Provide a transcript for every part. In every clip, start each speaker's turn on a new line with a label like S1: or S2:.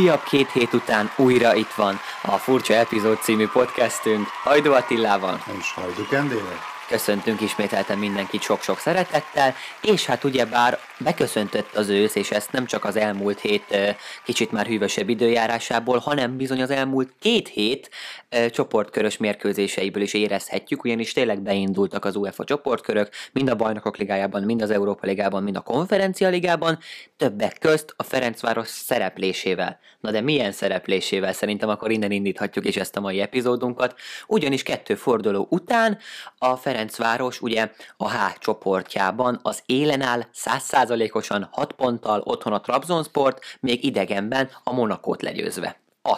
S1: Újabb 2 hét után újra itt van a Furcsa Epizód című podcastünk Hajdú Attilával.
S2: És Hajdú Endével.
S1: Köszöntünk ismételten mindenkit sok-sok szeretettel, és hát ugyebár beköszöntött az ősz, és ezt nem csak az elmúlt hét kicsit már hűvösebb időjárásából, hanem bizony az elmúlt 2 hét csoportkörös mérkőzéseiből is érezhetjük, ugyanis tényleg beindultak az UEFA csoportkörök, mind a Bajnokok Ligájában, mind az Európa Ligában, mind a Konferencia Ligában, többek közt a Ferencváros szereplésével. Na de milyen szereplésével? Szerintem akkor innen indíthatjuk is ezt a mai epizódunkat, ugyanis 2 forduló után a Ferencváros ugye a H csoportjában az élen áll 100%-osan 6 ponttal, otthon a Trabzonsport, még idegenben a Monakót legyőzve.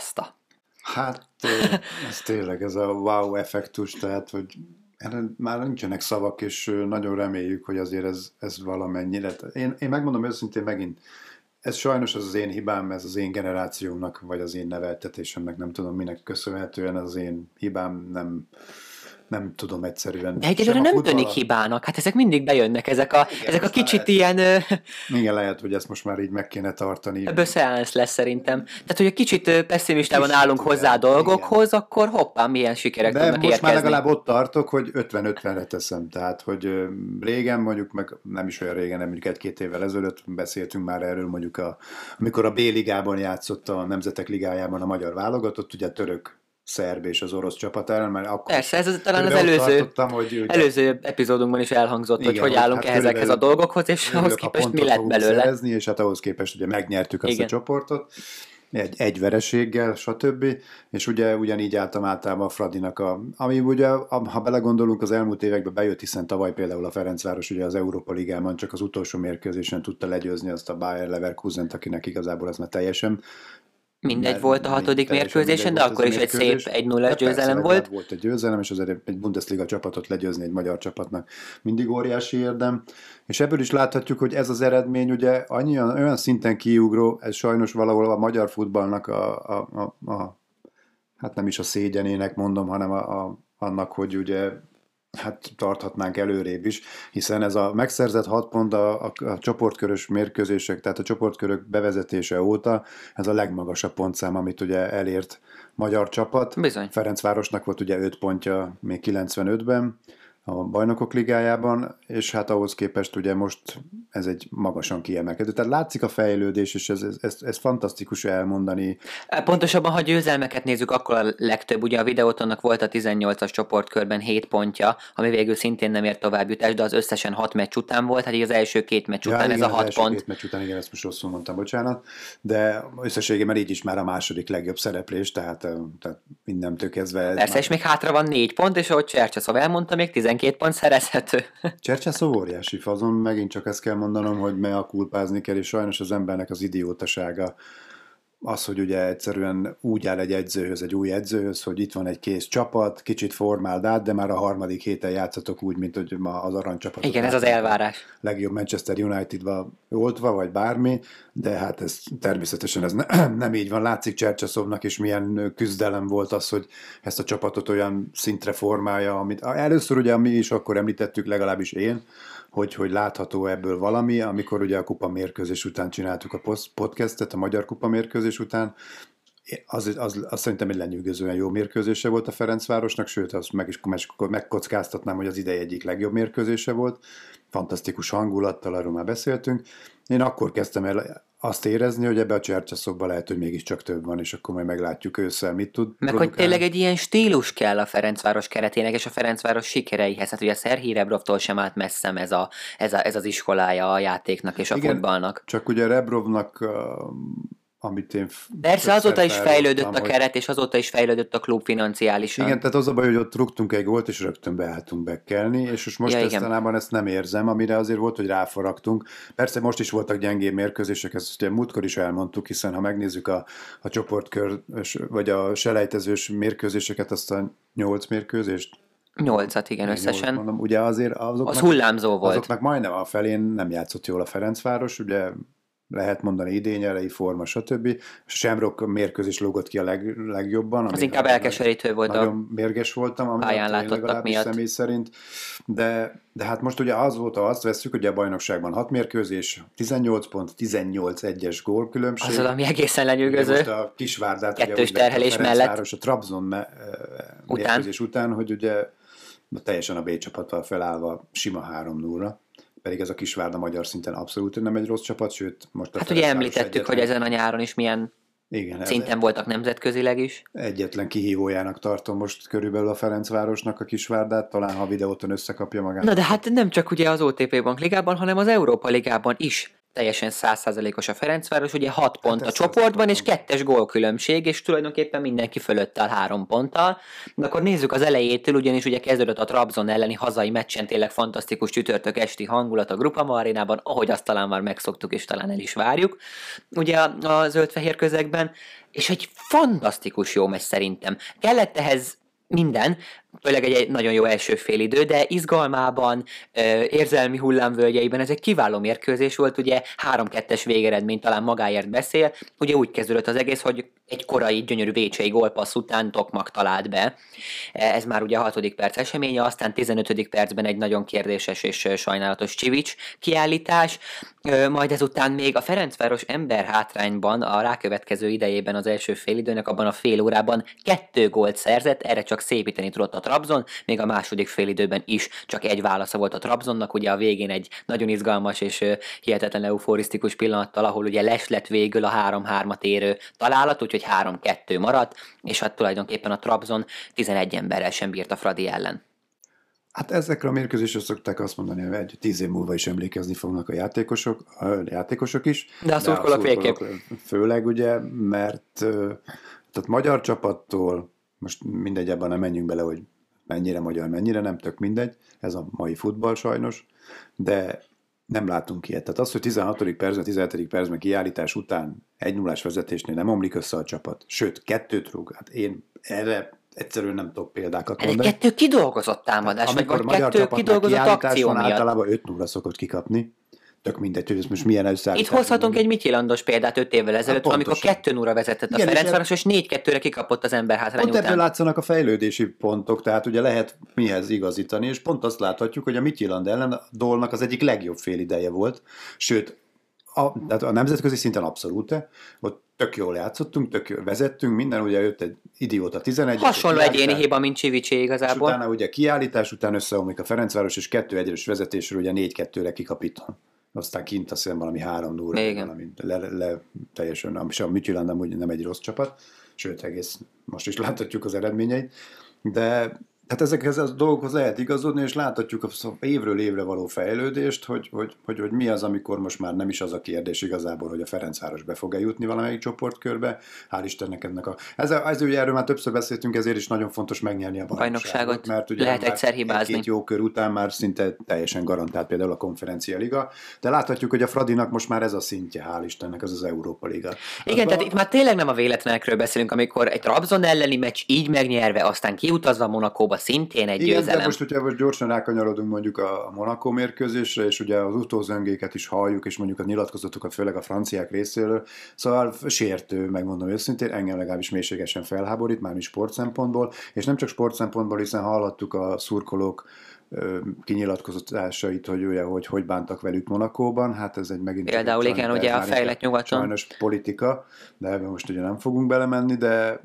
S2: Hát ez tényleg ez a wow effektus, tehát hogy már nincsenek szavak, és nagyon reméljük, hogy azért ez valamennyire. Én megmondom őszintén megint, ez sajnos az én hibám, ez az én generációmnak, vagy az én neveltetésemnek, nem tudom minek köszönhetően, ez az én hibám, nem tudom egyszerűen.
S1: De egyelőre nem tűnik hibának, hát ezek mindig bejönnek, ezek a kicsit ilyen...
S2: Igen, lehet, hogy ezt most már így meg kéne tartani.
S1: Ebből szeánsz lesz szerintem. Tehát, hogy egy kicsit pessimistában állunk hozzá a dolgokhoz, igen. Akkor hoppá, milyen sikerek tudnak érkezni.
S2: De most már legalább ott tartok, hogy 50-50-re teszem. Tehát, hogy régen mondjuk, meg nem is olyan régen, nem mondjuk 1-2 évvel ezelőtt beszéltünk már erről, mondjuk amikor a B-ligában játszott a Nemzetek Ligájában a magyar válogatott, ugye török, szerb és az orosz csapat ellen, mert akkor...
S1: Persze, ez talán az előző epizódunkban is elhangzott, igen, hogy állunk ezekhez a dolgokhoz, és ahhoz képest mi lett belőle.
S2: Szerezni, és hát ahhoz képest ugye megnyertük azt a csoportot, egy vereséggel, stb. És ugye ugyanígy álltam általában a Fradinak, ami ugye, ha belegondolunk, az elmúlt években bejött, hiszen tavaly például a Ferencváros ugye az Európa Ligában csak az utolsó mérkőzésen tudta legyőzni azt a Bayer Leverkusent, akinek igazából az már teljesen
S1: mindegy volt a 6. mérkőzésen, de akkor is egy szép 1-0-as győzelem volt.
S2: Volt egy győzelem, és azért egy Bundesliga csapatot legyőzni egy magyar csapatnak mindig óriási érdem. És ebből is láthatjuk, hogy ez az eredmény ugye olyan szinten kiugró, ez sajnos valahol a magyar futballnak hát nem is a szégyenének mondom, hanem annak, hogy ugye hát tarthatnánk előrébb is, hiszen ez a megszerzett 6 pont a csoportkörös mérkőzések, tehát a csoportkörök bevezetése óta, ez a legmagasabb pontszám, amit ugye elért magyar csapat.
S1: Bizony.
S2: Ferencvárosnak volt ugye 5 pontja még 95-ben a Bajnokok Ligájában, és hát ahhoz képest ugye most ez egy magasan kiemelkedő. Tehát látszik a fejlődés, és ez fantasztikus elmondani.
S1: Pontosabban, ha győzelmeket nézzük, akkor a legtöbb. Ugye a Videótonnak volt a 18-as csoportkörben 7 pontja, ami végül szintén nem ért továbbjutás, de az összesen 6 meccs után volt, hát így az első 2 meccs után
S2: igen,
S1: ez a 6 pont.
S2: 2 meccs után, igen, ezt most rosszul mondtam, bocsánat, de összességében így is már a második legjobb szereplés, tehát mindentől kezdve.
S1: Persze, és még hátra van 4 pont, és ahogy Csercseszov elmondta, még 12 pont szerezhető.
S2: Csercseszov óriási fazon, megint csak ezt kell mondanom, hogy mea culpázni kell, és sajnos az embernek az idiótasága az, hogy ugye egyszerűen úgy áll egy új edzőhöz, hogy itt van egy kész csapat, kicsit formáld át, de már a 3. héten játszatok úgy, mint hogy ma az aranycsapat.
S1: Igen, ez az elvárás.
S2: Legjobb Manchester United-ba oltva, vagy bármi, de hát ez természetesen ez nem így van. Látszik Csercseszovnak is milyen küzdelem volt az, hogy ezt a csapatot olyan szintre formálja, amit először ugye mi is akkor említettük, legalábbis én, hogy látható ebből valami, amikor ugye a kupa mérkőzés után csináltuk a podcastet, a magyar kupa mérkőzés után, az szerintem egy lenyűgözően jó mérkőzése volt a Ferencvárosnak, sőt, azt megkockáztatnám, hogy az idei egyik legjobb mérkőzése volt, fantasztikus hangulattal, arról már beszéltünk. Én akkor kezdtem el azt érezni, hogy ebbe a Csercseszovban lehet, hogy mégiscsak több van, és akkor majd meglátjuk ősszel, mit tud
S1: meg produkálni. Hogy tényleg egy ilyen stílus kell a Ferencváros keretének, és a Ferencváros sikereihez. Hát ugye a Szerhij Rebrovtól sem állt messzem ez az iskolája a játéknak és a futballnak.
S2: Csak ugye Rebrovnak... amit én...
S1: Persze azóta is fejlődött a keret, és azóta is fejlődött a klub financiálisan.
S2: Igen, tehát az a baj, hogy ott rúgtunk egy gólt, és rögtön beálltunk bekelni, és most eztánában ezt nem érzem, amire azért volt, hogy ráfaragtunk. Persze most is voltak gyengébb mérkőzések, ezt ugye múltkor is elmondtuk, hiszen ha megnézzük a csoportkör, vagy a selejtezős mérkőzéseket, azt a 8 mérkőzést,
S1: 8-at, igen, összesen.
S2: Mondom, ugye azért
S1: az hullámzó volt.
S2: Azoknak majdnem a felén nem játszott jól a Ferencváros, ugye lehet mondani idényelei forma, stb. Shamrock mérkőzés lógott ki a legjobban.
S1: Az inkább elkeserítő volt
S2: nagyon mérges voltam, ami legalábbis személy szerint. De hát most ugye azóta azt vesszük, hogy a bajnokságban 6 mérkőzés, 18 pont, 18-1-es gólkülönbség.
S1: Az valami egészen lenyűgöző.
S2: Most a Kisvárdát,
S1: kettős terhelés mellett.
S2: A Trabzon mérkőzés után, hogy ugye teljesen a B csapattal felállva sima 3-0-ra. Pedig ez a Kisvárda magyar szinten abszolút nem egy rossz csapat, sőt most a
S1: hát ugye említettük, hogy ezen a nyáron is milyen szinten voltak nemzetközileg is.
S2: Egyetlen kihívójának tartom most körülbelül a Ferencvárosnak a Kisvárdát, talán ha videóton összekapja magát.
S1: Na de hát nem csak ugye az OTP Bank Ligában, hanem az Európa Ligában is teljesen 100%-os a Ferencváros, ugye 6 pont a csoportban, és 2-es gólkülönbség, és tulajdonképpen mindenki fölött áll 3 ponttal. De akkor nézzük az elejétől, ugyanis ugye kezdődött a Trabzon elleni hazai meccsen, tényleg fantasztikus csütörtök esti hangulat a Groupama arénában, ahogy azt talán már megszoktuk, és talán el is várjuk, ugye a zöld-fehér közegben, és egy fantasztikus jó meccs szerintem. Kellett ehhez minden, főleg egy nagyon jó első félidő, de izgalmában, érzelmi hullámvölgyeiben ez egy kiváló mérkőzés volt, ugye 3-2-es végeredmény talán magáért beszél, ugye úgy kezdődött az egész, hogy egy korai gyönyörű vécsei gólpassz után Tokmak talált be, ez már ugye a 6. perc eseménye, aztán 15. percben egy nagyon kérdéses és sajnálatos Csivics kiállítás, majd ezután még a Ferencváros ember hátrányban a rákövetkező idejében az első félidőnek, abban a fél órában 2 gólt szerzett, erre csak szépíteni tudott a Trabzon, még a második félidőben is csak egy válasza volt a Trabzonnak, ugye a végén egy nagyon izgalmas és hihetetlen euforisztikus pillanattal, ahol ugye lett végül a 3-3-at érő találat, úgyhogy 3-2 maradt, és hát tulajdonképpen a Trabzon 11 emberrel sem bírt a Fradi ellen.
S2: Hát ezekre a mérkőzésre szokták azt mondani, hogy 10 év múlva is emlékezni fognak a játékosok is.
S1: De a szurkolók végképp.
S2: Főleg ugye, mert tehát magyar csapattól, most mindegy, ebben nem menjünk bele, hogy mennyire magyar, mennyire nem, tök mindegy, ez a mai futball sajnos, de nem látunk ilyet. Tehát az, hogy 16. percben, 17. percben kiállítás után 1-0-ás vezetésnél nem omlik össze a csapat, sőt, 2 rúg, hát én erre egyszerűen nem tudok példákat mondani.
S1: Egy 2 kidolgozott támadás,
S2: amikor
S1: vagy 2 kidolgozott akció miatt.
S2: Általában 5-0 szokott kikapni. Tök mindegy, hogy ez most milyen összeállítás.
S1: Itt hozhatunk egy Mityilandos példát 5 évvel ezelőtt, hát amikor 2-0-ra vezetett a Ferencváros, és 4-2-re kikapott az ember hátrány után.
S2: Ebből látszanak a fejlődési pontok, tehát ugye lehet mihez igazítani, és pont azt láthatjuk, hogy a Mityiland ellen a Dolnak az egyik legjobb félideje volt, sőt, tehát a nemzetközi szinten abszolút, ott tök jól játszottunk, tök jól vezettünk, minden, ugye jött egy idióta 11.
S1: Hasonló egyéni hiba, mint Csivicsé igazából.
S2: És utána ugye kiállítás után összeomlik a Ferencváros, és 2-1-es vezetésről ugye 4-2-re kikapítan. Aztán kint azt hiszem valami 3-0-ra, valami teljesen, a Midtjylland nem egy rossz csapat, sőt egész most is láthatjuk az eredményeit, de tehát ezekhez a dolgokhoz lehet igazodni, és láthatjuk évről évre való fejlődést, hogy mi az, amikor most már nem is az a kérdés igazából, hogy a Ferencváros be fog-e jutni valamelyik csoportkörbe. Hál' Istennek ennek ez ugye erről már többször beszéltünk, ezért is nagyon fontos megnyerni a bajnokságot, mert ugye
S1: lehet egyszer hibázni.
S2: Egy-két jó kör után már szinte teljesen garantált például a Konferencia Liga, de láthatjuk, hogy a Fradinak most már ez a szintje, hál' Istennek, ez az Európa Liga.
S1: Igen, tehát itt már tényleg nem a véletlenekről beszélünk, amikor egy Trabzon elleni meccs így megnyerve, aztán kiutazva Monakóba szintén egy győzelem.
S2: Igen, de most gyorsan rákanyarodunk mondjuk a Monaco mérkőzésre, és ugye az utózöngéket is halljuk, és mondjuk a nyilatkozatokat, főleg a franciák részéről. Szóval sértő, megmondom őszintén, engem legalábbis mélységesen felháborít, mármint sport szempontból, és nem csak sport szempontból, hiszen hallhattuk a szurkolók kinyilatkozásait, hogy bántak velük Monakóban, hát ez egy megint...
S1: Például igen, ugye a fejlett nyugaton.
S2: Sajnos politika, de ebben most ugye nem fogunk belemenni, de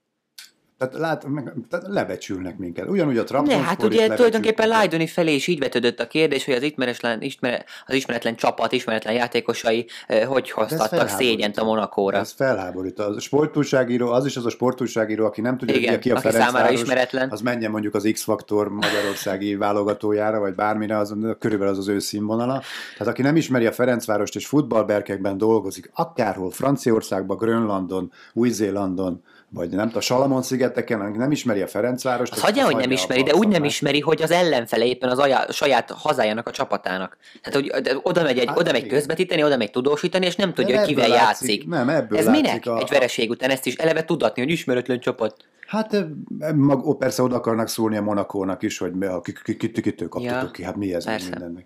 S2: tehát lebecsülnek minket. Ugyanúgy a Trabzonspor.
S1: Hát ugye tulajdonképpen Lajdoni felé is így vetődött a kérdés, hogy az ismeretlen csapat, ismeretlen játékosai hogy hoztattak szégyent a Monakóra.
S2: Ez felháborít. A sportújságíró, az is az a sportújságíró, aki nem tudja,
S1: igen,
S2: ki a Ferencváros,
S1: ismeretlen.
S2: Az menjen mondjuk az X-faktor magyarországi válogatójára, vagy bármire, körülbelül az ő színvonala. Tehát aki nem ismeri a Ferencvárost és futballberkekben dolgozik, akárhol, Franciaországban, Grönlandon, Új-Zélandon, vagy nem tudom, a Salamon-szigeteken, nem ismeri a Ferencvárost.
S1: Hagyja, hogy nem ismeri, de úgy nem ismeri, hogy az ellenfele éppen a saját hazájának a csapatának. Tehát, hogy oda megy közvetíteni, oda megy tudósítani, és nem tudja, hogy kivel játszik.
S2: Nem, ebből
S1: ez minek? Egy vereség után ezt is eleve tudatni, hogy ismeretlen csapat.
S2: Hát persze oda akarnak szólni a Monakónak is, hogy kitől kaptatok ki, hát mi ez mindennek.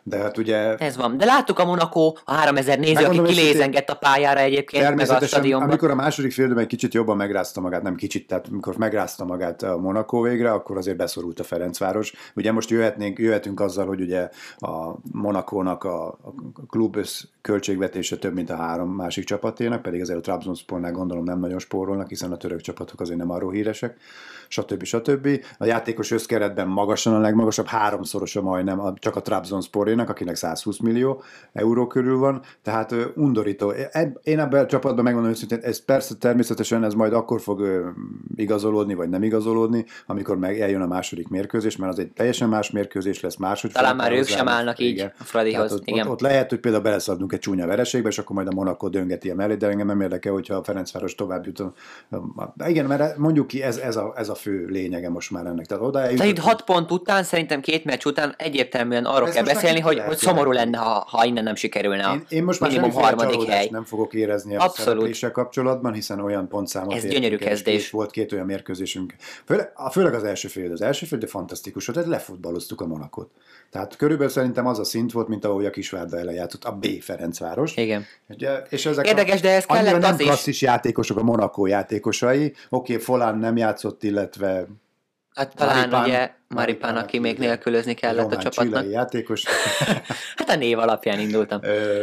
S2: De hát ugye...
S1: Ez van. De láttuk a Monaco, a 3000 néző, aki kilézengett a pályára egyébként, meg a stadionban.
S2: Amikor a második fél időben egy kicsit jobban megrázta magát, nem kicsit, tehát amikor megrázta magát a Monaco végre, akkor azért beszorult a Ferencváros. Ugye most jöhetünk azzal, hogy ugye a Monacónak a klub költségvetése több, mint a 3 másik csapaténak, pedig azért a Trabzonspornál gondolom nem nagyon spórolnak, hiszen a török csapatok azért nem arról híresek, stb. A játékos összkeretben magasan a legmagasabb, 3-szorosa majdnem csak a Trabzonsporénak, akinek 120 millió euró körül van, tehát undorító. Én ebben a csapatban megmondom őszintén, ez persze természetesen ez majd akkor fog igazolódni, vagy nem igazolódni, amikor eljön a második mérkőzés, mert az egy teljesen más mérkőzés lesz, máshogy.
S1: Talán már ők sem állnak így a Fradihoz.
S2: Ott lehet, hogy például beleszadunk egy csúnya vereségbe, és akkor majd a Monaco döngeti a mellé, de engem nem érdekel, hogyha a Ferencváros tovább jut. Igen, mert mondjuk ki, ez a fő lényege most már ennek.
S1: Tehát itt 6 pont után, szerintem 2 meccs után egyértelműen arról kell beszélni, hogy szomorú lenne, ha innen nem sikerülne a
S2: én most már
S1: minimum harmadik hely.
S2: Nem fogok érezni a szerepléssel kapcsolatban, hiszen olyan pontszámot
S1: ez gyönyörű kezdés.
S2: Volt 2 olyan mérkőzésünk. Főleg az első fél. Az első fél, de fantasztikus volt, lefutballoztuk a Monacót. Tehát körülbelül szerintem az a szint volt, mint ahogy a Kisvárda ellen játszott a B Ferencváros.
S1: Igen.
S2: És ezek
S1: érdekes, de ez kellett
S2: nem
S1: az is.
S2: klasszis játékosok, a Monaco játékosai. Oké, Folán nem játszott, illetve
S1: hát talán ugye Maripán, aki még nélkülözni kellett a csapatnak.
S2: Játékos.
S1: Hát a név alapján indultam.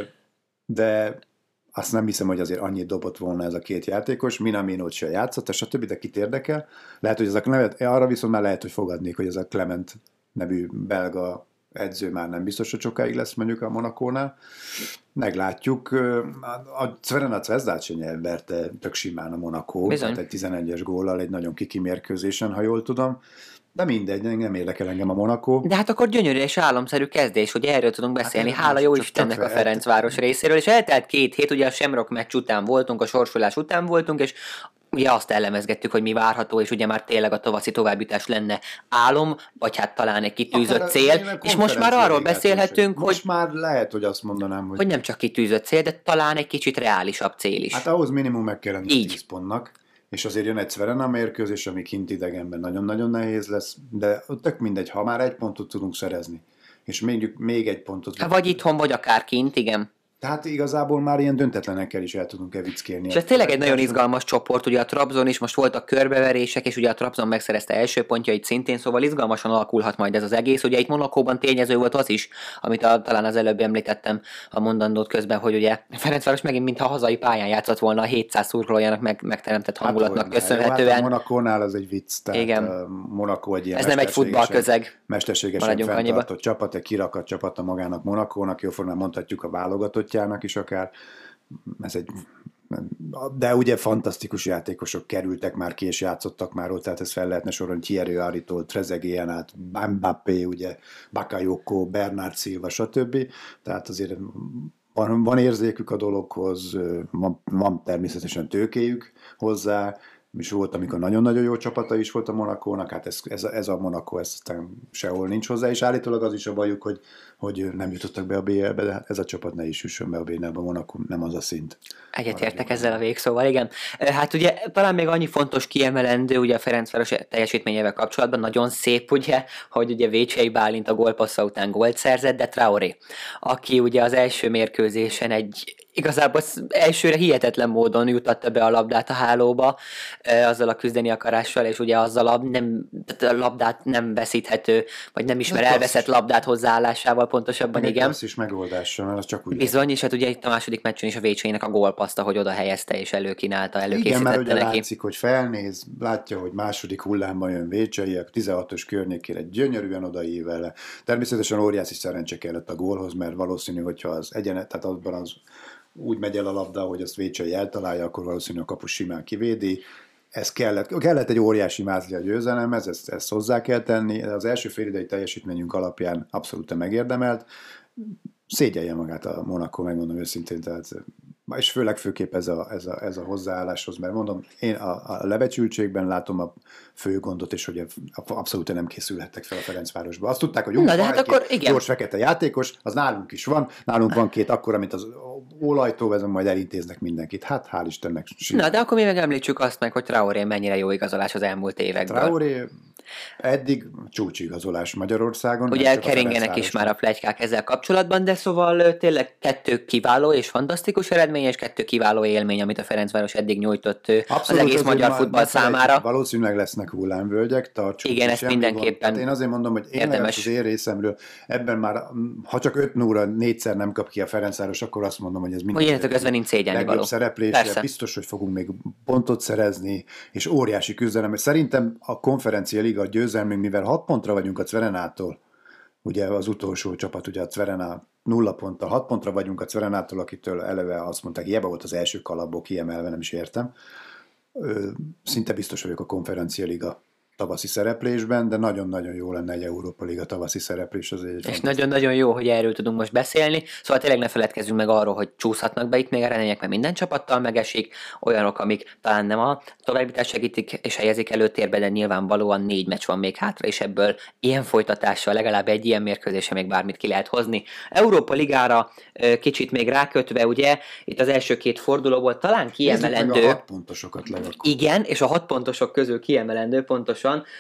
S2: De azt nem hiszem, hogy azért annyit dobott volna ez a 2 játékos, Minamino se játszott, és a többi, de kit érdekel. Lehet, hogy ez a nevet, arra viszont már lehet, hogy fogadnék, hogy ez a Clement nevű belga edző már nem biztos, hogy sokáig lesz mondjuk a Monacónál. Meglátjuk. A Crvena Zvezdát se nyelverte tök simán a Monaco.
S1: Bizony.
S2: Tehát egy 11-es góllal egy nagyon kiki mérkőzésen, ha jól tudom. De mindegy, nem érdekel engem a Monaco.
S1: De hát akkor gyönyörű és álomszerű kezdés, hogy erről tudunk beszélni. Hát hála jó Istennek a Ferencváros részéről, és eltelt 2 hét, ugye a Shamrock meccs után voltunk, a sorsolás után voltunk, és ugye azt elemezgettük, hogy mi várható, és ugye már tényleg a tavaszi továbbjutás lenne álom, vagy hát talán egy kitűzött cél, és most már arról beszélhetünk, hogy...
S2: Most már lehet, hogy azt mondanám,
S1: hogy nem csak kitűzött cél, de talán egy kicsit reálisabb cél is.
S2: Hát ahhoz minimum meg kell lenni 10 pontnak, és azért jön egy Zverena mérkőzés, ami kint idegenben nagyon-nagyon nehéz lesz, de tök mindegy, ha már 1 pontot tudunk szerezni, és még 1 pontot...
S1: Hát vagy itthon, vagy akár kint, igen.
S2: Tehát igazából már ilyen döntetlenekkel is el tudunk evickélni.
S1: És ez tényleg egy nagyon izgalmas csoport, ugye a Trabzon is, most voltak körbeverések, és ugye a Trabzon megszerezte első pontjait szintén, szóval izgalmasan alakulhat majd ez az egész. Ugye itt Monacóban tényező volt az is, amit talán az előbb említettem a mondandót közben, hogy ugye Ferencváros megint mintha hazai pályán játszott volna a 700 szurkolójának megteremtett hangulatnak köszönhetően.
S2: Hát a Monacónál az egy vicc, tehát
S1: igen.
S2: Monaco egy ilyen
S1: ez nem egy futballközeg.
S2: Mesterségesen fenntartott csapat, egy kirakat csapata magának Monacónak, jóformán mondhatjuk a válogatottjának is akár. De ugye fantasztikus játékosok kerültek már ki, és játszottak már ott, tehát ezt fel lehetne sorolni, Thierry Henry-tól, Trezeguet-en át, Mbappé, ugye, Bakayoko, Bernard Silva, stb. Tehát azért van érzékük a dologhoz, van természetesen tőkéjük hozzá, és volt, amikor nagyon-nagyon jó csapata is volt a Monacónak, hát ez a Monaco, ez aztán sehol nincs hozzá, és állítólag az is a bajuk, hogy nem jutottak be a BL-be, de hát ez a csapat ne is jusson be a BL-be, a Monaco nem az a szint.
S1: Egyetértek ezzel a végszóval, igen. Hát ugye talán még annyi fontos kiemelendő, ugye a Ferencváros teljesítményével kapcsolatban nagyon szép, ugye, hogy ugye Vécsei Bálint a gólpassza után gólt szerzett, de Traoré, aki ugye az első mérkőzésen igazából elsőre hihetetlen módon jutatta be a labdát a hálóba, azzal a küzdeni akarással, és ugye azzal a labdát nem veszíthető, vagy nem ismer elveszett labdát hozzáállásával pontosabban, igen.
S2: Ez is megoldással, mert az csak úgy.
S1: Bizony, és hát ugye itt a második meccsen is a Vécseinek a gólpaszta, hogy oda helyezte és előkészítette
S2: igen, mert ugye
S1: neki.
S2: Látszik, hogy felnéz, látja, hogy második hullámban jön Vécsei, a 16-os környékére gyönyörűen odaív vele. Természetesen óriási szerencse kellett a gólhoz, mert valószínű, hogyha az egyenet, tehát abban az úgy megy el a labda, hogy azt Vécsei eltalálja, akkor valószínű a kapus simán kivédi. Ez kellett egy óriási mázli a győzelemhez, ezt hozzá kell tenni. Az első félidei teljesítményünk alapján abszolút megérdemelt. Szégyelje magát a Monaco, megmondom őszintén, tehát, és főképp ez a hozzáálláshoz, mert mondom, én a lebecsültségben látom a fő gondot, és hogy abszolút nem készülhettek fel a Ferencvárosba. Azt tudták, hogy gyors fekete játékos, az nálunk is van, nálunk van 2 akkora, mint az ólajtó, ezen majd elintéznek mindenkit. Hát hál' Istennek.
S1: Na, de akkor mi megemlítsük azt meg, hogy Traoré mennyire jó igazolás az elmúlt évekből.
S2: Traoré Eddig csúcsigazolás Magyarországon.
S1: Ugye keringenek is már a pletykák ezzel kapcsolatban, de szóval tényleg 2 kiváló és fantasztikus eredmény, és 2 kiváló élmény, amit a Ferencváros eddig nyújtott abszolút, az egész magyar futball számára.
S2: Valószínűleg lesznek hullámvölgyek, tartsuk.
S1: Igen, ezt mindenképpen.
S2: Én azért mondom, hogy én az én részemről ebben már, ha csak 5-0-ra 4-szer nem kap ki a Ferencváros, akkor azt mondom, hogy ez
S1: mindenki
S2: legjobb szereplés. Biztos, hogy fogunk még pontot szerezni, és óriási küzdelem. Szerintem a Konferencia Liga győzelmünk, mivel 6 pontra vagyunk a Zverenától, ugye az utolsó csapat, ugye a Zverena 0 ponttal, 6 pontra vagyunk a Zverenától, akitől eleve azt mondták, hiába volt az első kalapból kiemelve, nem is értem. Szinte biztos vagyok a Konferencia Liga tavaszi szereplésben, de nagyon-nagyon jó lenne egy Európa Liga tavaszi szereplés.
S1: És nagyon-nagyon jó, hogy erről tudunk most beszélni, szóval tényleg ne feledkezzünk meg arról, hogy csúszhatnak be itt még eredmények, mert minden csapattal megesik, olyanok, amik talán nem a továbbjutást segítik és helyezik előtérbe, de nyilvánvalóan 4 meccs van még hátra, és ebből ilyen folytatással legalább egy ilyen mérkőzése még bármit ki lehet hozni. Európa Ligára kicsit még rákötve, ugye, itt az első 2 fordulóból talán kiemelendő.
S2: Nézzük meg a 6 pontosokat legalább.
S1: Igen, és a 6 pontosok közül kiemelendő pontosan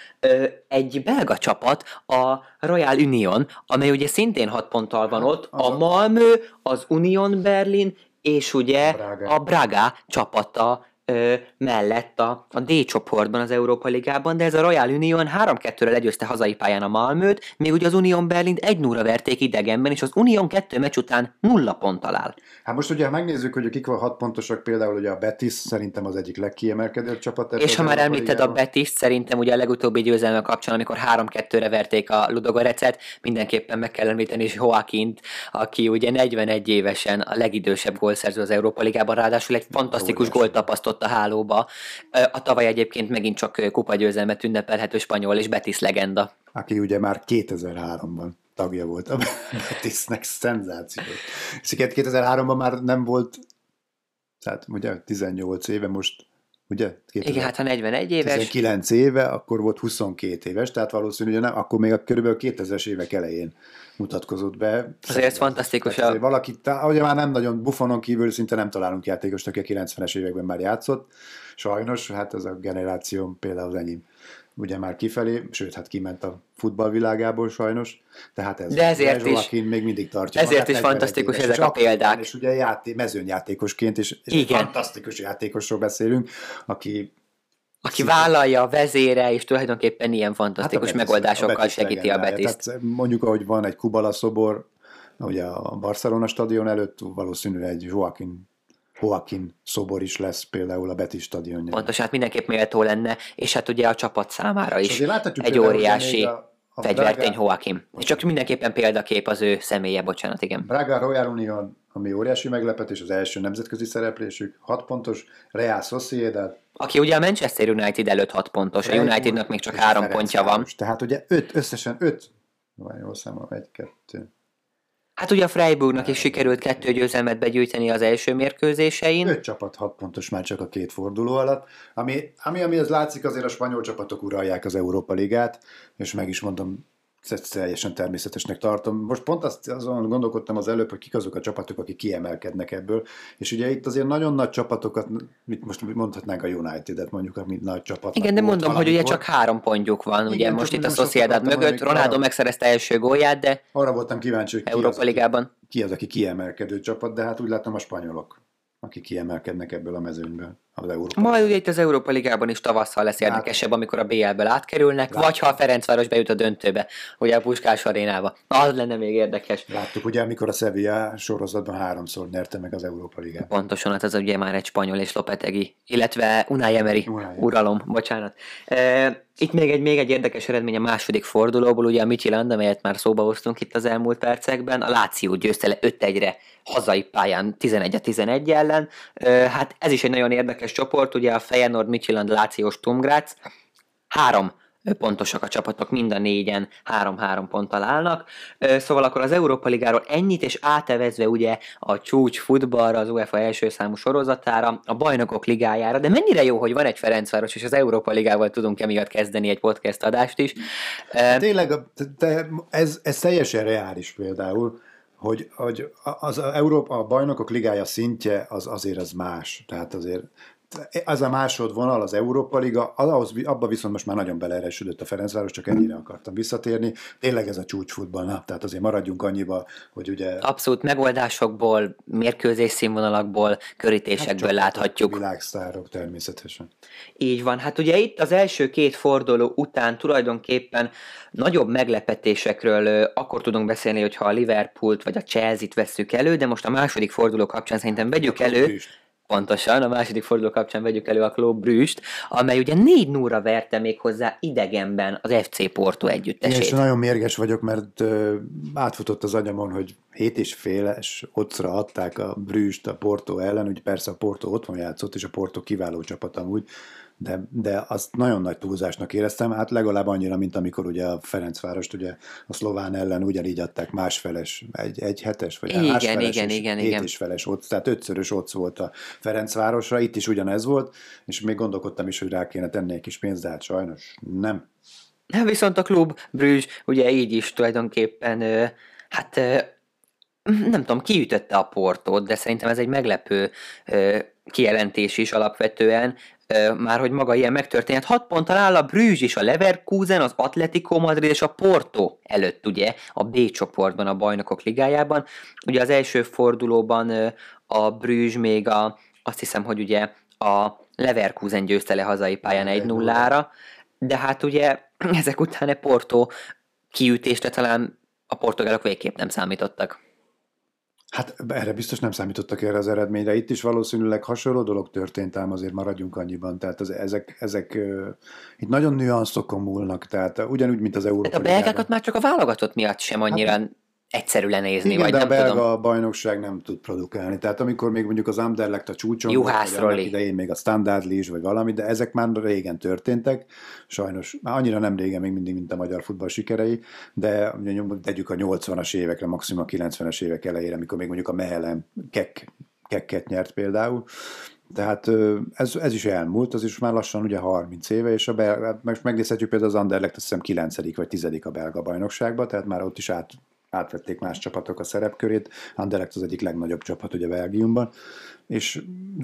S1: egy belga csapat, a Royal Union, amely ugye szintén 6 ponttal van ott, a Malmö, az Union Berlin, és ugye a Braga csapata mellett a D csoportban az Európa Ligában, de ez a Royal Union 3-2-re legyőzte hazai pályán a Malmöt, még ugye az Union Berlint 1-0-ra verték idegenben, és az Union 2 meccs után 0 ponttal áll.
S2: Hát most ugye, ha megnézzük, hogy kik van 6 pontosak, például ugye a Betis szerintem az egyik legkiemelkedőbb csapat.
S1: És ha már említed a Betis, szerintem ugye a legutóbbi győzelme kapcsán, amikor 3-2-re verték a Ludogorecet, mindenképpen meg kell említeni is Joaquint, aki ugye 41 évesen a legidősebb gólszerző az Európa Ligában, ráadásul egy fantasztikus gólt tapasztott a hálóba. A tavaly egyébként megint csak kupagyőzelmet ünnepelhető spanyol és Betis legenda.
S2: Aki ugye már 2003-ban tagja volt a Betisnek, szenzáció. És 2003-ban már nem volt, tehát ugye 18 éve most, ugye?
S1: Igen, hát ha 41 éves.
S2: 19 éve, akkor volt 22 éves, tehát valószínűleg nem, akkor még a körülbelül 2000-es évek elején mutatkozott be.
S1: Azért ez fantasztikus.
S2: Azért valaki, ugye már nem nagyon Buffonon kívül szinte nem találunk játékost, aki a 90-es években már játszott. Sajnos, hát ez a generáció például az enyém ugye már kifelé, sőt, hát kiment a futballvilágából sajnos, tehát ez
S1: de ezért is,
S2: még mindig tartja.
S1: Ezért is fantasztikus ezek a példák.
S2: És ugye mezőnyjátékosként, és fantasztikus játékosról beszélünk, aki
S1: vállalja, vezére, és tulajdonképpen ilyen fantasztikus megoldásokkal segíti a Betiszt.
S2: Tehát mondjuk, ahogy van egy Kubala szobor, ugye a Barcelona stadion előtt, valószínűleg egy Joaquin szobor is lesz például a Betis stadionján.
S1: Pontosan, hát mindenképp méltó lenne, és hát ugye a csapat számára is egy óriási fegyvertény Joaquin. És csak mindenképpen példakép az ő személye, bocsánat, igen.
S2: Braga Royal Union, ami óriási meglepetés, az első nemzetközi szereplésük, 6 pontos, Real Sociedad.
S1: Aki ugye a Manchester United előtt 6 pontos, a Unitednak még csak 3 pontja van.
S2: Tehát ugye összesen 5, jól számolom, 1, 2...
S1: Hát ugye a Freiburgnak is sikerült 2 győzelmet begyűjteni az első mérkőzésein.
S2: 5 csapat 6 pontos már csak a 2 forduló alatt, ami az látszik, azért a spanyol csapatok uralják az Európa Ligát, és meg is mondom, teljesen természetesnek tartom. Most pont azon gondolkodtam az előbb, hogy kik azok a csapatok, akik kiemelkednek ebből, és ugye itt azért nagyon nagy csapatokat, most mondhatnánk a United-et mondjuk, amit nagy csapat.
S1: Igen, de mondom, hogy ugye csak 3 pontjuk van, igen, ugye most itt a Sociedad mögött, Ronaldo megszerezte első gólját, de
S2: arra voltam kíváncsi, hogy
S1: Európa Ligában.
S2: Ki az, aki kiemelkedő csapat, de hát úgy látom a spanyolok, akik kiemelkednek ebből a mezőnyből.
S1: Majd ugye itt az Európa Ligában is tavasszal lesz érdekesebb, amikor a BL-ből átkerülnek, vagy ha a Ferencváros bejut a döntőbe, ugye a Puskás arénába. Az lenne még érdekes.
S2: Láttuk ugye, amikor a Sevilla sorozatban 3-szor nyerte meg az Európa Ligát.
S1: Pontosan, hát az ugye már egy spanyol és Lopetegui, illetve Unai Emery uralom, bocsánat. Itt még egy érdekes eredmény a második fordulóból, ugye a Midtjylland, amelyet már szóba hoztunk itt az elmúlt percekben, a Lazio győzte le 5-1-re hazai pályán 11-11 ellen. Hát ez is egy nagyon érdekes csoport, ugye a Feyenoord, Midtjylland, Lazio, Sturm Graz. 3 pontosak a csapatok, mind a 4-en 3-3 ponttal állnak. Szóval akkor az Európa Ligáról ennyit, és átevezve ugye a csúcs futballra, az UEFA első számú sorozatára, a Bajnokok Ligájára, de mennyire jó, hogy van egy Ferencváros, és az Európa Ligával tudunk emiatt kezdeni egy podcast adást is.
S2: Tényleg, ez teljesen reális például, hogy a Bajnokok Ligája szintje azért az más. Tehát azért az a másodvonal, az Európa Liga, abba viszont most már nagyon beleerősödött a Ferencváros, csak ennyire akartam visszatérni. Tényleg ez a csúcsfutball, tehát azért maradjunk annyiba, hogy ugye...
S1: Abszolút megoldásokból, mérkőzés színvonalakból, körítésekből láthatjuk.
S2: Világsztárok természetesen.
S1: Így van. Hát ugye itt az első két forduló után tulajdonképpen nagyobb meglepetésekről akkor tudunk beszélni, hogyha a Liverpoolt vagy a Chelsea-t vesszük elő, de most a második forduló kapcsán szerintem vegyük elő... Pontosan, a második forduló kapcsán vegyük elő a Club Brugge-t, amely ugye 4-0-ra verte még hozzá idegenben az FC Porto együttesét.
S2: És nagyon mérges vagyok, mert átfutott az agyamon, hogy 7,5-es oddsra adták a Brugge-t a Porto ellen, úgy persze a Porto otthon játszott, és a Porto kiváló csapat amúgy, de azt nagyon nagy túlzásnak éreztem, hát legalább annyira, mint amikor ugye a Ferencvárost ugye a szlován ellen ugyanígy adták másfeles, egy hetes, vagy másfeles,
S1: igen.
S2: 7,5-es odds, tehát 5-szörös odds volt a Ferencvárosra, itt is ugyanez volt, és még gondolkodtam is, hogy rá kéne tenni egy kis pénzt, de hát sajnos nem.
S1: Viszont a Club Brugge ugye így is tulajdonképpen, nem tudom, kiütötte a Portót, de szerintem ez egy meglepő kijelentés is alapvetően, már hogy maga ilyen megtörténhet. 6 ponttal áll a Brugge és a Leverkusen, az Atletico Madrid és a Porto előtt, ugye, a B csoportban, a Bajnokok Ligájában. Ugye az első fordulóban a Brugge még azt hiszem, hogy ugye a Leverkusen győzte le hazai pályán 1-0-ra, de hát ugye ezek után a Porto kiütésre talán a portugálok végképp nem számítottak.
S2: Hát erre biztos nem számítottak erre az eredményre. Itt is valószínűleg hasonló dolog történt, ám azért maradjunk annyiban. Tehát ezek itt nagyon nüanszokon múlnak, tehát ugyanúgy, mint az Európa
S1: Ligában. A belgákat már csak a válogatott miatt sem annyira egyszerű lenézni,
S2: igen,
S1: vagy
S2: de
S1: nem
S2: a belga
S1: tudom.
S2: bajnokság nem tud produkálni. Tehát amikor még mondjuk az Anderlecht a csúcson,
S1: Juhászról
S2: idején még a Standard Liège, vagy valami, de ezek már régen történtek. Sajnos, már annyira nem régen még mindig, mint a magyar futball sikerei, de tegyük a 80-as évekre, maximum a 90-es évek elejére, amikor még mondjuk a Mechelen kekket nyert például. Tehát ez is elmúlt, az is már lassan ugye 30 éve, és most megnézhetjük például az Anderlecht, azt hiszem 9. vagy 10. a belga bajnokságban, tehát már ott is átvették más csapatok a szerepkörét. Anderlecht az egyik legnagyobb csapat ugye Belgiumban, és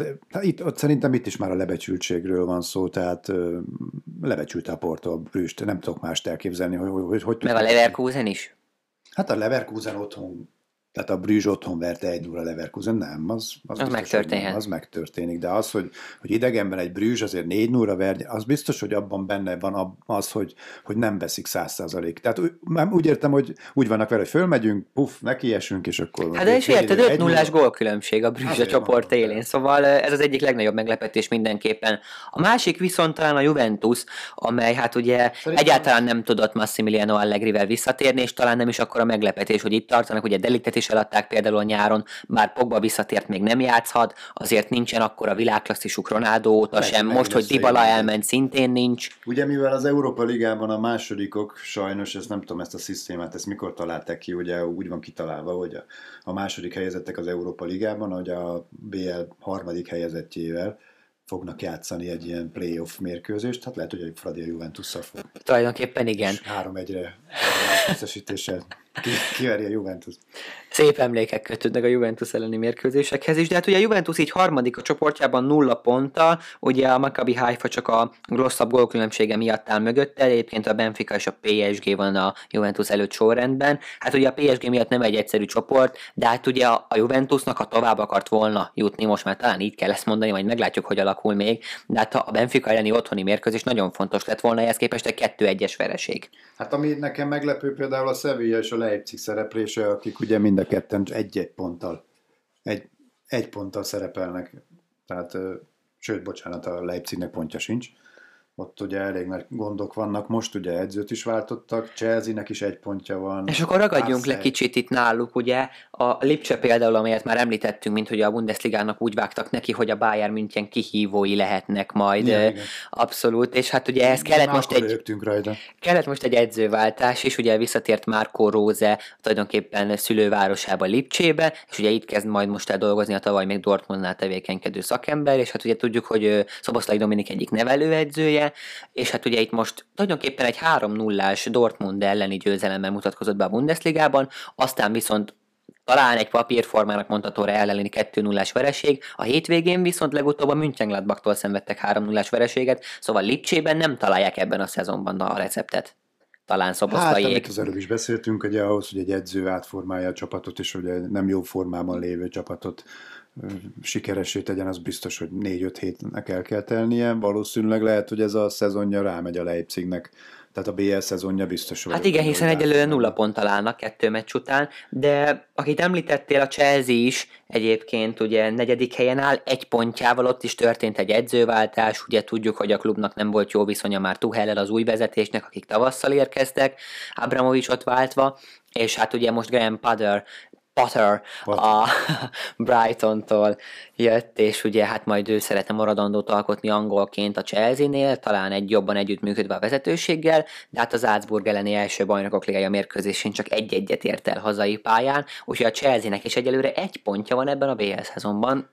S2: ott szerintem itt is már a lebecsültségről van szó, tehát lebecsülte a Porto a Brugge-t, nem tudok mást elképzelni, hogy
S1: meg a Leverkusen is?
S2: Hát a Leverkusen otthon, tehát a Brugge otthon verte 1-0 a Leverkusen, nem, az
S1: megtörténhet.
S2: Az megtörténik, de az, hogy idegenben egy Brugge azért 4-0 verje, az biztos, hogy abban benne van az, hogy nem veszik 100%. Tehát úgy értem, hogy úgy vannak vele, hogy fölmegyünk, nekiesünk, és akkor...
S1: Hát de is érted, 5-0-ás gólkülönbség a Brugge csoport élén, szóval ez az egyik legnagyobb meglepetés mindenképpen. A másik viszont talán a Juventus, amely hát ugye egyáltalán nem tudott Massimiliano Allegrivel visszatérni, és talán nem is akkora meglepetés, hogy itt tartanak, ugye Delictet is eladták például a nyáron, bár Pogba visszatért, még nem játszhat, azért nincsen akkora világklasszisuk Ronaldo óta sem, most, hogy Dybala elment, szintén nincs.
S2: Ugye mivel az Európa Ligában a másodikok, sajnos, ezt nem tudom, ezt a szisztémát, ezt mikor találták ki, ugye úgy van kitalálva, hogy a második helyezettek az Európa Ligában, hogy a BL harmadik helyezettjével fognak játszani egy ilyen playoff mérkőzést, hát lehet, hogy a Fradi a Juventusszal fog.
S1: Tulajdonképpen igen.
S2: 3-1-re összesítéssel kiveri a Juventus.
S1: Szép emlékek kötődnek a Juventus elleni mérkőzésekhez is, de hát ugye a Juventus így harmadik a csoportjában 0 ponttal, ugye a Maccabi Haifa csak a rosszabb gólkülönbsége miatt áll mögötte, egyébként a Benfica és a PSG van a Juventus előtt sorrendben. Hát ugye a PSG miatt nem egy egyszerű csoport, de hát ugye a Juventusnak, ha tovább akart volna jutni, most már talán így kell ezt mondani, majd meglátjuk, hogy alakul még, de hát a Benfica elleni otthoni mérkőzés nagyon fontos lett volna, ehhez képest egy 2-1-es vereség.
S2: Hát ami nekem meglepő például a Sevilla és a Leipzig szereplése, akik ugye mind a ketten egy ponttal szerepelnek, tehát sőt, bocsánat, a Leipzignek pontja sincs. Ott ugye elég nagy gondok vannak, most ugye edzőt is váltottak, Chelsea-nek is 1 pontja van.
S1: És akkor ragadjunk le kicsit itt náluk, ugye a Lipcse például, amelyet már említettünk, mint hogy a Bundesligának úgy vágtak neki, hogy a Bayern München kihívói lehetnek majd. Igen. Abszolút, és hát ugye ehhez kellett most egy edzőváltás, és ugye visszatért Marco Rose tulajdonképpen szülővárosába Lipcsébe, és ugye itt kezd majd most el dolgozni a tavaly még Dortmundnál tevékenykedő szakember, és hát ugye tudjuk, hogy Szoboszlai Dominik egyik nevelőedzője, és hát ugye itt most tulajdonképpen egy 3-0-ás Dortmund elleni győzelemmel mutatkozott be a Bundesligában, aztán viszont talán egy papírformának mondható Real elleni 2-0-ás vereség, a hétvégén viszont legutóbb a Mönchengladbachtól szenvedtek 3-0-ás vereséget, szóval Lipcsében nem találják ebben a szezonban a receptet. Talán
S2: Hát, amit
S1: Szoboszlaiék.
S2: az előbb is beszéltünk, ugye ahhoz, hogy egy edző átformálja a csapatot, és ugye nem jó formában lévő csapatot sikeressé tegyen, az biztos, hogy 4-5 hétnek el kell telnie. Valószínűleg lehet, hogy ez a szezonja rámegy a Leipzignek. Tehát a BL szezonja biztos.
S1: Hát igen, hiszen egyelőre 0 ponttal állnak 2 meccs után, de akit említettél, a Chelsea is egyébként ugye 4. helyen áll, 1 pontjával, ott is történt egy edzőváltás, ugye tudjuk, hogy a klubnak nem volt jó viszonya már Tuchellel, az új vezetésnek, akik tavasszal érkeztek, Abramovicsot váltva, és hát ugye most Graham Potter a Brightontól jött, és ugye hát majd ő szeretne maradandót alkotni angolként a Chelsea-nél, talán jobban együttműködve a vezetőséggel, de hát az Salzburg elleni első bajnokok ligája mérkőzésén csak 1-1-et ért el hazai pályán, úgyhogy a Chelsea-nek is egyelőre 1 pontja van ebben a BL szezonban,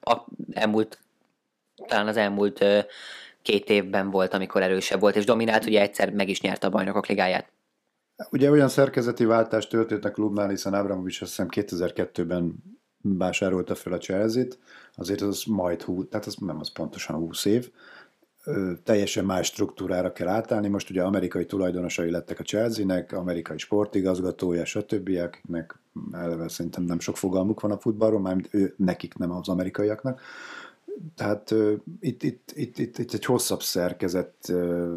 S1: talán az elmúlt 2 évben volt, amikor erősebb volt, és dominált, ugye egyszer meg is nyerte a bajnokok ligáját.
S2: Ugye olyan szerkezeti váltás történt a klubnál, hiszen Abramovich azt hiszem 2002-ben vásárolta fel a Chelsea-t, azért az majd 20, tehát az nem az pontosan 20 év, teljesen más struktúrára kell átállni. Most ugye amerikai tulajdonosai lettek a Chelsea-nek, amerikai sportigazgatója, stb., akiknek eleve szerintem nem sok fogalmuk van a futballról, mármint nekik, nem az amerikaiaknak. Tehát itt egy hosszabb szerkezet,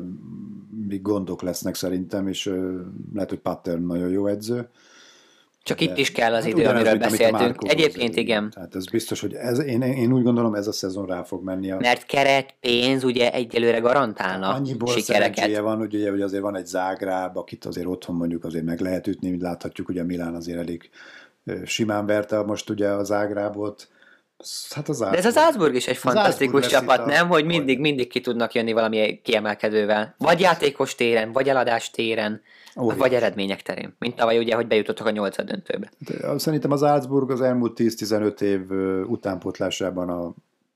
S2: még gondok lesznek szerintem, és lehet, hogy Pattern nagyon jó edző.
S1: Csak itt is kell az idő, amiről beszéltünk. Egyébként igen.
S2: Tehát ez biztos, hogy én úgy gondolom, ez a szezon rá fog menni.
S1: Mert keret, pénz ugye egyelőre garantálnak
S2: annyiból
S1: sikereket.
S2: Szerencséje van, hogy azért van egy Zágráb, akit azért otthon mondjuk azért meg lehet ütni, mint láthatjuk, ugye Milán azért elég simán verte most ugye a Zágrábot. Hát
S1: de ez az Salzburg is egy fantasztikus csapat, nem? Hogy mindig ki tudnak jönni valami kiemelkedővel. Vagy játékos téren, vagy eladás téren, vagy eredmények terén. Mint tavaly ugye, hogy bejutottak a 8. döntőbe.
S2: De szerintem az Salzburg az elmúlt 10-15 év utánpótlásában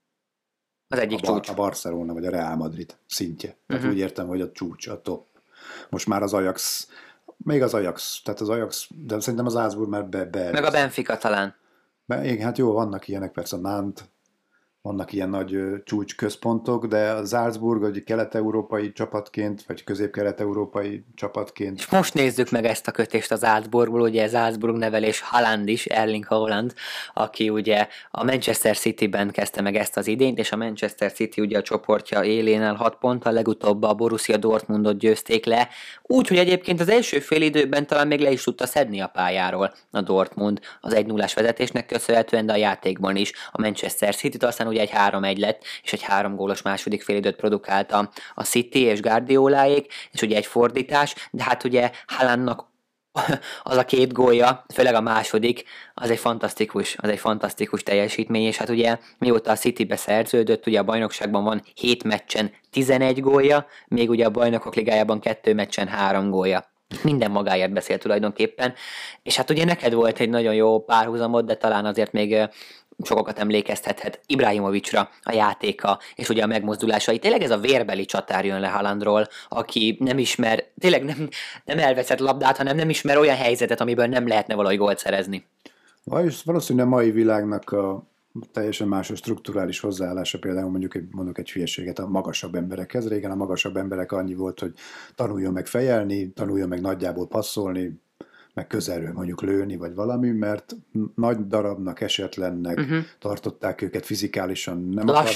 S1: az egyik csúcs.
S2: A Barcelona vagy a Real Madrid szintje. Tehát úgy értem, hogy a csúcs, a top. Most már az Ajax, még az Ajax, tehát az Ajax, de szerintem az Salzburg már
S1: meg a Benfica talán.
S2: Igen, hát jó, vannak ilyenek, persze a Nantes, vannak ilyen nagy csúcsközpontok, de a Salzburg, vagy kelet-európai csapatként, vagy közép-kelet-európai csapatként.
S1: És most nézzük meg ezt a kötést az Salzburgból, ugye Salzburg nevelés Haaland is, Erling Haaland, aki ugye a Manchester City-ben kezdte meg ezt az idényt, és a Manchester City ugye a csoportja élén áll 6 ponttal, legutóbb a Borussia Dortmundot győzték le, úgyhogy egyébként az első fél időben talán még le is tudta szedni a pályáról a Dortmund az 1-0-ás vezetésnek köszönhetően, de a játékban is a Manchester City-t, aztán ugye egy 3-1 lett, és egy 3 gólos második félidőt produkálta a City és Guardioláék, és ugye egy fordítás, de hát ugye Haalandnak az a 2 gólja, főleg a második, az egy fantasztikus teljesítmény, és hát ugye mióta a Citybe szerződött, ugye a bajnokságban van 7 meccsen 11 gólja, még ugye a bajnokok ligájában 2 meccsen 3 gólja. Minden magáért beszél tulajdonképpen, és hát ugye neked volt egy nagyon jó párhuzamod, de talán azért még sokakat emlékeztethet Ibrahimovicsra a játéka, és ugye a megmozdulásai. Tényleg ez a vérbeli csatár jön le Haalandról, aki nem ismer, tényleg nem elveszett labdát, hanem nem ismer olyan helyzetet, amiből nem lehetne valahogy gólt szerezni.
S2: Valószínűleg a mai világnak a teljesen más a strukturális hozzáállása, például mondjuk egy hülyeséget a magasabb emberekhez. Régen a magasabb emberek annyi volt, hogy tanuljon meg fejelni, tanuljon meg nagyjából passzolni, meg közelről mondjuk lőni, vagy valami, mert nagy darabnak, esetlennek tartották őket fizikálisan,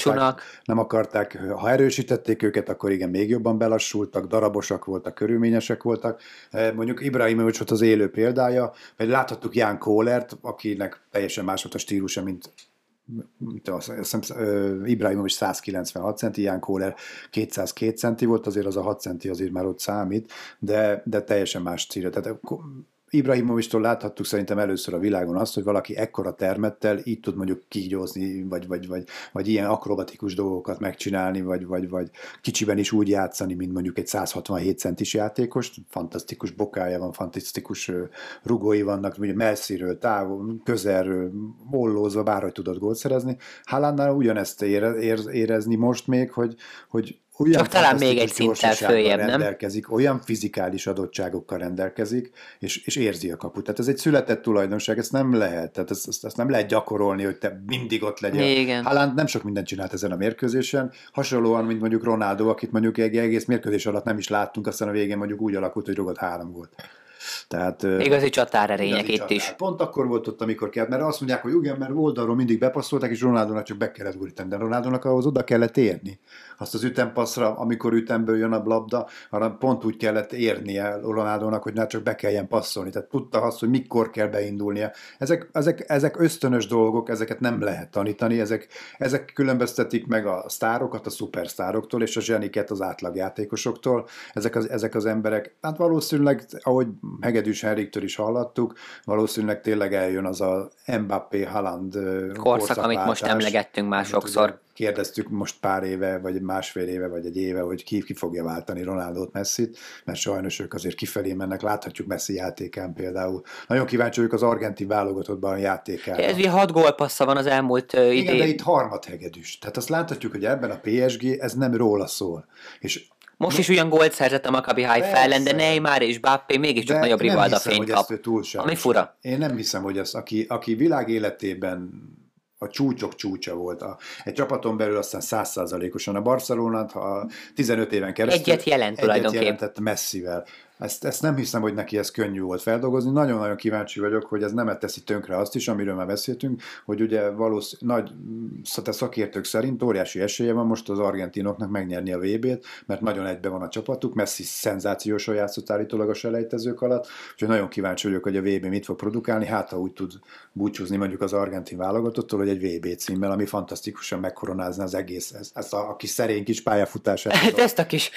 S2: nem akarták, ha erősítették őket, akkor igen, még jobban belassultak, darabosak voltak, körülményesek voltak. Mondjuk Ibrahimovics volt az élő példája, vagy láthattuk Jan Kohlert, akinek teljesen más volt a stílusa, mint Ibrahimovics 196 centi, Jan Kohler 202 centi volt, azért az a 6 centi azért már ott számít, de teljesen más stílus. Tehát Ibrahimovicstól láthattuk szerintem először a világon azt, hogy valaki ekkora termettel így tud mondjuk kígyózni, vagy ilyen akrobatikus dolgokat megcsinálni, vagy kicsiben is úgy játszani, mint mondjuk egy 167 centis játékos, fantasztikus bokája van, fantasztikus rugói vannak, ugye messziről, távol, közelről, ollózva, bárhogy tudod gólt szerezni. Haalandnál ugyanezt érezni most még, hogy olyan
S1: Csak talán még egy
S2: fantasztikus
S1: szinttel
S2: gyorsasággal
S1: följebb, nem?
S2: rendelkezik, olyan fizikális adottságokkal rendelkezik, és érzi a kaput. Tehát ez egy született tulajdonság, ezt nem lehet. Tehát ezt nem lehet gyakorolni, hogy te mindig ott legyél.
S1: Igen.
S2: Haaland nem sok mindent csinált ezen a mérkőzésen, hasonlóan, mint mondjuk Ronaldo, akit mondjuk egy egész mérkőzés alatt nem is láttunk, aztán a végén mondjuk úgy alakult, hogy rugott 3 gólt. Tehát,
S1: igazi csatárerények itt is.
S2: Pont akkor volt ott, amikor kellett, mert azt mondják, hogy igen, mert oldalról mindig bepasszolták, és Ronaldónak csak be kellett gurítani, de Ronaldónak ahhoz oda kellett érni. Azt az ütempasszra, amikor ütemből jön a labda, arra pont úgy kellett érnie Ronaldónak, hogy csak be kelljen passzolni. Tehát tudta azt, hogy mikor kell beindulnia. Ezek ösztönös dolgok, ezeket nem lehet tanítani, ezek különböztetik meg a sztárokat a szupersztároktól, és a zseniket az átlagjátékosoktól. Ezek az emberek, hát valószínűleg, ahogy Hegedűs Henriktől is hallottuk, valószínűleg tényleg eljön az a Mbappé Haaland
S1: korszak, amit most emlegettünk már sokszor.
S2: Kérdeztük most pár éve, vagy másfél éve, vagy egy éve, hogy ki fogja váltani Ronaldót, Messit, mert sajnos ők azért kifelé mennek, láthatjuk Messi játékán például. Nagyon kíváncsi vagyok az argentin válogatottban játékára.
S1: Ez ugye 6 gólpassza van az elmúlt idén.
S2: Igen, de itt harmadhegedűs. Tehát azt láthatjuk, hogy ebben a PSG ez nem róla szól. És
S1: most is ugyan gólt szerzett a Maccabi Haifa ellen, de Neymar és Mbappé mégiscsak nagyobb Rivalda fényt kap. Ami fura.
S2: Én nem hiszem, hogy ez, aki világ életében a csúcsok csúcsa volt. Egy csapaton belül aztán 100%-osan a Barcelonát, ha 15 éven keresztül
S1: egyet jelentett
S2: Messivel. Ezt nem hiszem, hogy neki ez könnyű volt feldolgozni. Nagyon-nagyon kíváncsi vagyok, hogy ez nem teszi tönkre azt is, amiről már beszéltünk, hogy ugye nagy szakértők szerint óriási esélye van most az argentinoknak megnyerni a VB-t, mert nagyon egybe van a csapatuk, Messi szenzációsan játszott állítólag a selejtezők alatt, úgyhogy nagyon kíváncsi vagyok, hogy a VB mit fog produkálni, hát ha úgy tud búcsúzni mondjuk az argentin válogatottól, hogy egy VB címmel, ami fantasztikusan megkoronázna az egész, ezt a kis szerény kis pályafutását.
S1: Ezt a kis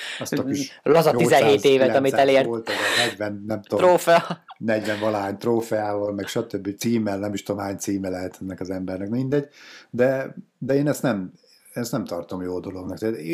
S1: laza 17 évet, amit elért.
S2: Volt az a 40, nem tudom,
S1: trófea.
S2: 40 valahány trófeával, meg stb. Címmel, nem is tudom hány címe lehet ennek az embernek, mindegy, de én ezt nem tartom jó dolognak.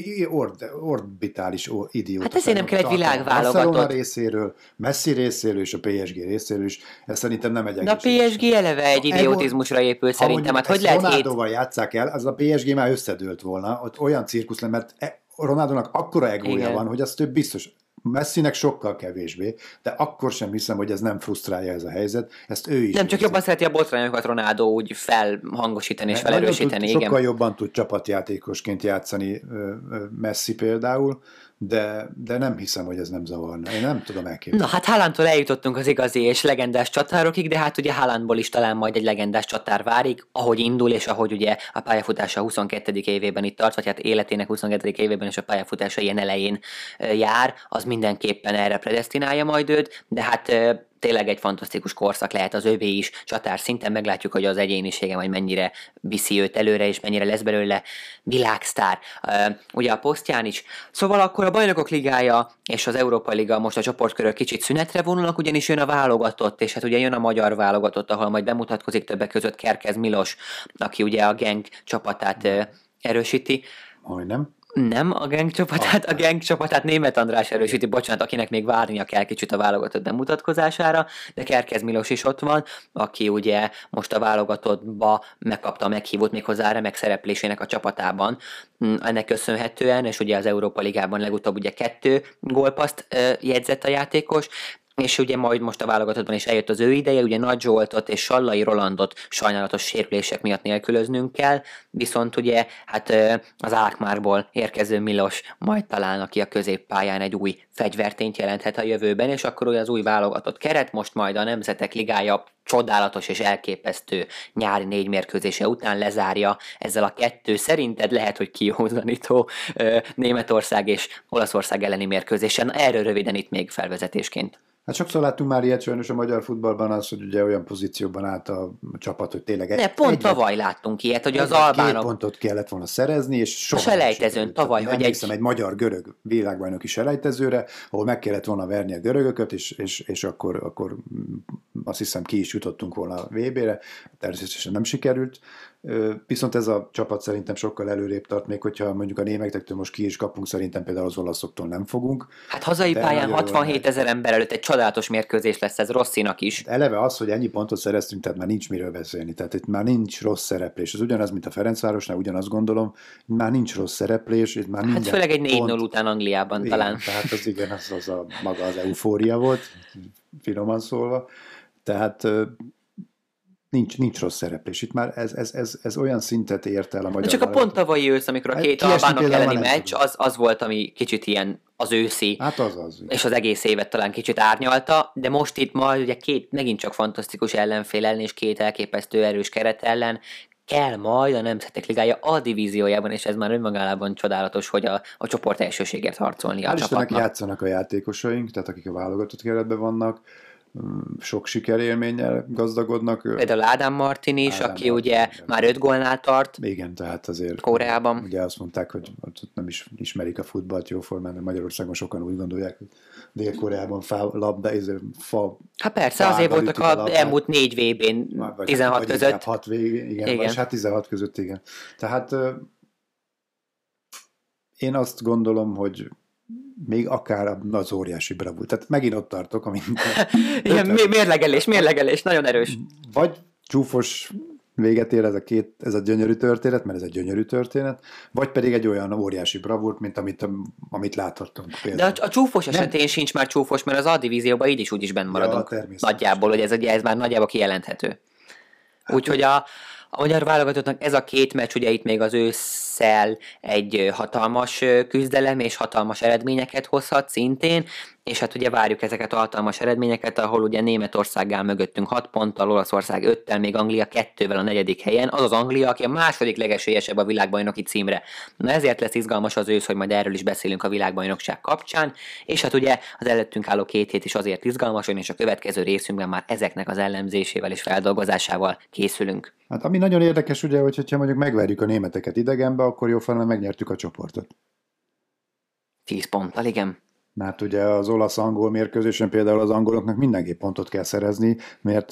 S2: Orbitális idióta.
S1: Hát ezért nem kell egy világválogatott.
S2: Barcelona részéről, Messi részéről és a PSG részéről is. Ez szerintem nem egy egész.
S1: De a PSG eleve egy idiotizmusra épül szerintem. Hát hogy lehet
S2: Ronaldóval játsszák el, az a PSG már összedőlt volna. Ott olyan cirkusz lenne, mert Ronaldónak akkora egója van, hogy az több biztos. Messinek sokkal kevésbé, de akkor sem hiszem, hogy ez nem frusztrálja ez a helyzet. Ezt ő is.
S1: Nem, csak jobban szereti a botrányokat Ronaldo úgy felhangosítani és felerősíteni.
S2: Sokkal jobban tud csapatjátékosként játszani Messi például, de nem hiszem, hogy ez nem zavarna. Én nem tudom elképzelni.
S1: Na hát Haalandtól eljutottunk az igazi és legendás csatárokig, de hát ugye Haalandból is talán majd egy legendás csatár várik, ahogy indul, és ahogy ugye a pályafutása 22. évében itt tart, vagy hát életének 22. évében és a pályafutása ilyen elején jár, az mindenképpen erre predesztinálja majd őt, de hát tényleg egy fantasztikus korszak lehet az övé is, csatár szinten meglátjuk, hogy az egyénisége majd mennyire viszi őt előre, és mennyire lesz belőle világsztár. Ugye a posztján is. Szóval akkor a Bajnokok Ligája és az Európa Liga most a csoportkörök kicsit szünetre vonulnak, ugyanis jön a válogatott, és hát ugye jön a magyar válogatott, ahol majd bemutatkozik többek között Kerkez Milos, aki ugye a Genk csapatát erősíti.
S2: Majdnem.
S1: Nem, a Genk csapatát Németh András erősíti, bocsánat, akinek még várnia kell kicsit a válogatott bemutatkozására, de Kerkez Milos is ott van, aki ugye most a válogatottba megkapta a meghívót méghozzá remek szereplésének a csapatában. Ennek köszönhetően, és ugye az Európa Ligában legutóbb ugye 2 gólpaszt jegyzett a játékos, és ugye majd most a válogatottban is eljött az ő ideje, ugye Nagy Zsoltot és Sallai Rolandot sajnálatos sérülések miatt nélkülöznünk kell, viszont ugye hát az Alkmaarból érkező Milos majd talán, aki a középpályán egy új fegyvertényt jelenthet a jövőben, és akkor ugye az új válogatott keret, most majd a Nemzetek Ligája csodálatos és elképesztő nyári 4 mérkőzése után lezárja ezzel a 2 szerinted lehet, hogy kiózanító Németország és Olaszország elleni mérkőzésen. Erről röviden itt még felvezetésként.
S2: Hát sokszor láttunk már ilyet sajnos a magyar futballban az, hogy ugye olyan pozícióban állt a csapat, hogy tényleg
S1: tavaly láttunk ilyet, hogy az albánok
S2: 2 pontot kellett volna szerezni, és soha
S1: a selejtezőn tavaly,
S2: hogy egy magyar-görög világbajnoki selejtezőre, ahol meg kellett volna verni a görögöket, és akkor azt hiszem ki is jutottunk volna a VB-re, természetesen nem sikerült, viszont ez a csapat szerintem sokkal előrébb tart, még hogyha mondjuk a németektől most ki is kapunk, szerintem például az olaszoktól nem fogunk.
S1: Hát hazai pályán 67 000 ember előtt egy csodálatos mérkőzés lesz ez Rossinak is.
S2: Eleve az, hogy ennyi pontot szereztünk, tehát már nincs miről beszélni, tehát itt már nincs rossz szereplés. Ez ugyanaz, mint a Ferencvárosnál, ugyanazt gondolom, már nincs rossz szereplés, itt már
S1: hát főleg egy 4-0 után Angliában
S2: igen,
S1: talán.
S2: Tehát az igen, az a maga az eufória volt, finoman szólva. Tehát nincs rossz szereplés. Itt már ez olyan szintet ért el a magyar.
S1: Csak a pont tavalyi ősz, amikor a két albánok elleni meccs, az volt, ami kicsit ilyen az őszi,
S2: hát az.
S1: És az egész évet talán kicsit árnyalta, de most itt majd ugye megint csak fantasztikus ellenfél ellen, és két elképesztő erős keret ellen kell majd a Nemzetek Ligája A divíziójában, és ez már önmagában csodálatos, hogy a csoport elsőségért harcolni a csapatnak.
S2: Játszanak a játékosaink, tehát akik a válogatott keretben vannak, sok sikerélménnyel gazdagodnak.
S1: Például Ádám Martin is, aki ugye már 5 gólnál tart.
S2: Igen, tehát azért
S1: Koreában.
S2: Ugye azt mondták, hogy nem is ismerik a futballt jóformán, de Magyarországon sokan úgy gondolják, hogy Dél-Koreában fa.
S1: Hát persze, azért voltak az elmúlt 4 VB-n 16 között.
S2: 6 igen, vagy hát 16 között, igen. Tehát én azt gondolom, hogy még akár az óriási bravúr. Tehát megint ott tartok, amint...
S1: Igen, mérlegelés, nagyon erős.
S2: Vagy csúfos véget ér ez a gyönyörű történet, mert ez egy gyönyörű történet, vagy pedig egy olyan óriási bravúrt, mint amit láthattunk például.
S1: De a csúfos esetén sincs már csúfos, mert az A divízióban így is benn maradunk. Ja, nagyjából, hogy ez már nagyjából kijelenthető. Hát úgyhogy a magyar válogatottnak ez a két meccs, ugye itt még az ősszel egy hatalmas küzdelem és hatalmas eredményeket hozhat szintén, és hát ugye várjuk ezeket a hatalmas eredményeket, ahol ugye Németország áll mögöttünk 6 ponttal, Olaszország 5-tel, még Anglia 2-vel a 4. helyen, az Anglia, aki a második legesélyesebb a világbajnoki címre. Na ezért lesz izgalmas az ősz, hogy majd erről is beszélünk a világbajnokság kapcsán, és hát ugye az előttünk álló 2 hét is azért izgalmas, és a következő részünkben már ezeknek az elemzésével és feldolgozásával készülünk.
S2: Hát ami nagyon érdekes ugye, hogyha mondjuk megverjük a németeket idegenbe, akkor jóformán megnyertük a csoportot.
S1: 10 ponttal, igen.
S2: Mert ugye az olasz-angol mérkőzésen például az angoloknak mindenképp pontot kell szerezni, mert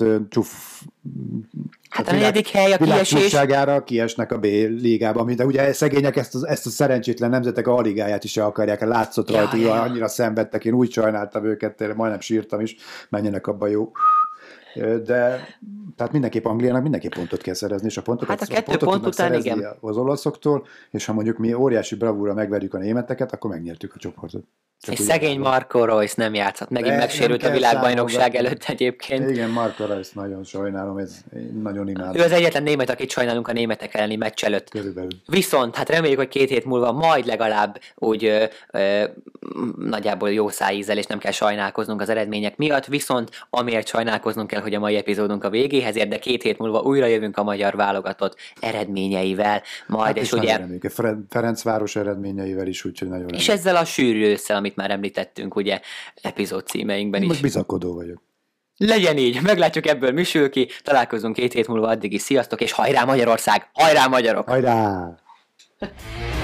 S1: hát a 4. hely a kiesés.
S2: Kiesnek a B ligában, de ugye szegények ezt a szerencsétlen nemzetek a ligáját is akarják, látszott rajta, hogy annyira szenvedtek, én úgy sajnáltam őket, majdnem sírtam is, menjenek abba jó. De tehát mindenképp Angliának mindenképp pontot kell szerezni, és a pontokat,
S1: hát a 2 pont után igen.
S2: Az olaszoktól, és ha mondjuk mi óriási bravúra megverjük a németeket, akkor megnyertük a csoportot.
S1: És szegény Marco Reus nem játszott, megint megsérült a világbajnokság előtt egyébként.
S2: Igen, Marco Reus nagyon sajnálom, nagyon imádom.
S1: Ő az egyetlen német, akit sajnálunk a németek elleni meccs előtt.
S2: Körülbelül.
S1: Viszont, hát reméljük, hogy 2 hét múlva majd legalább úgy nagyjából jó szájízzel, és nem kell sajnálkoznunk az eredmények miatt, viszont amiért sajnálkoznunk kell, hogy a mai epizódunk a végéhez ér, de 2 hét múlva újra jövünk a magyar válogatott eredményeivel. Majd, hát és ugye...
S2: Ferencváros eredményeivel is, úgyhogy nagyon
S1: és ezzel a sűrű ősszel, amit már említettünk, ugye, epizód címeinkben is.
S2: Most bizakodó vagyok.
S1: Legyen így, meglátjuk ebből mi sül ki, találkozunk 2 hét múlva, addig is sziasztok, és hajrá Magyarország, hajrá magyarok!
S2: Hajrá!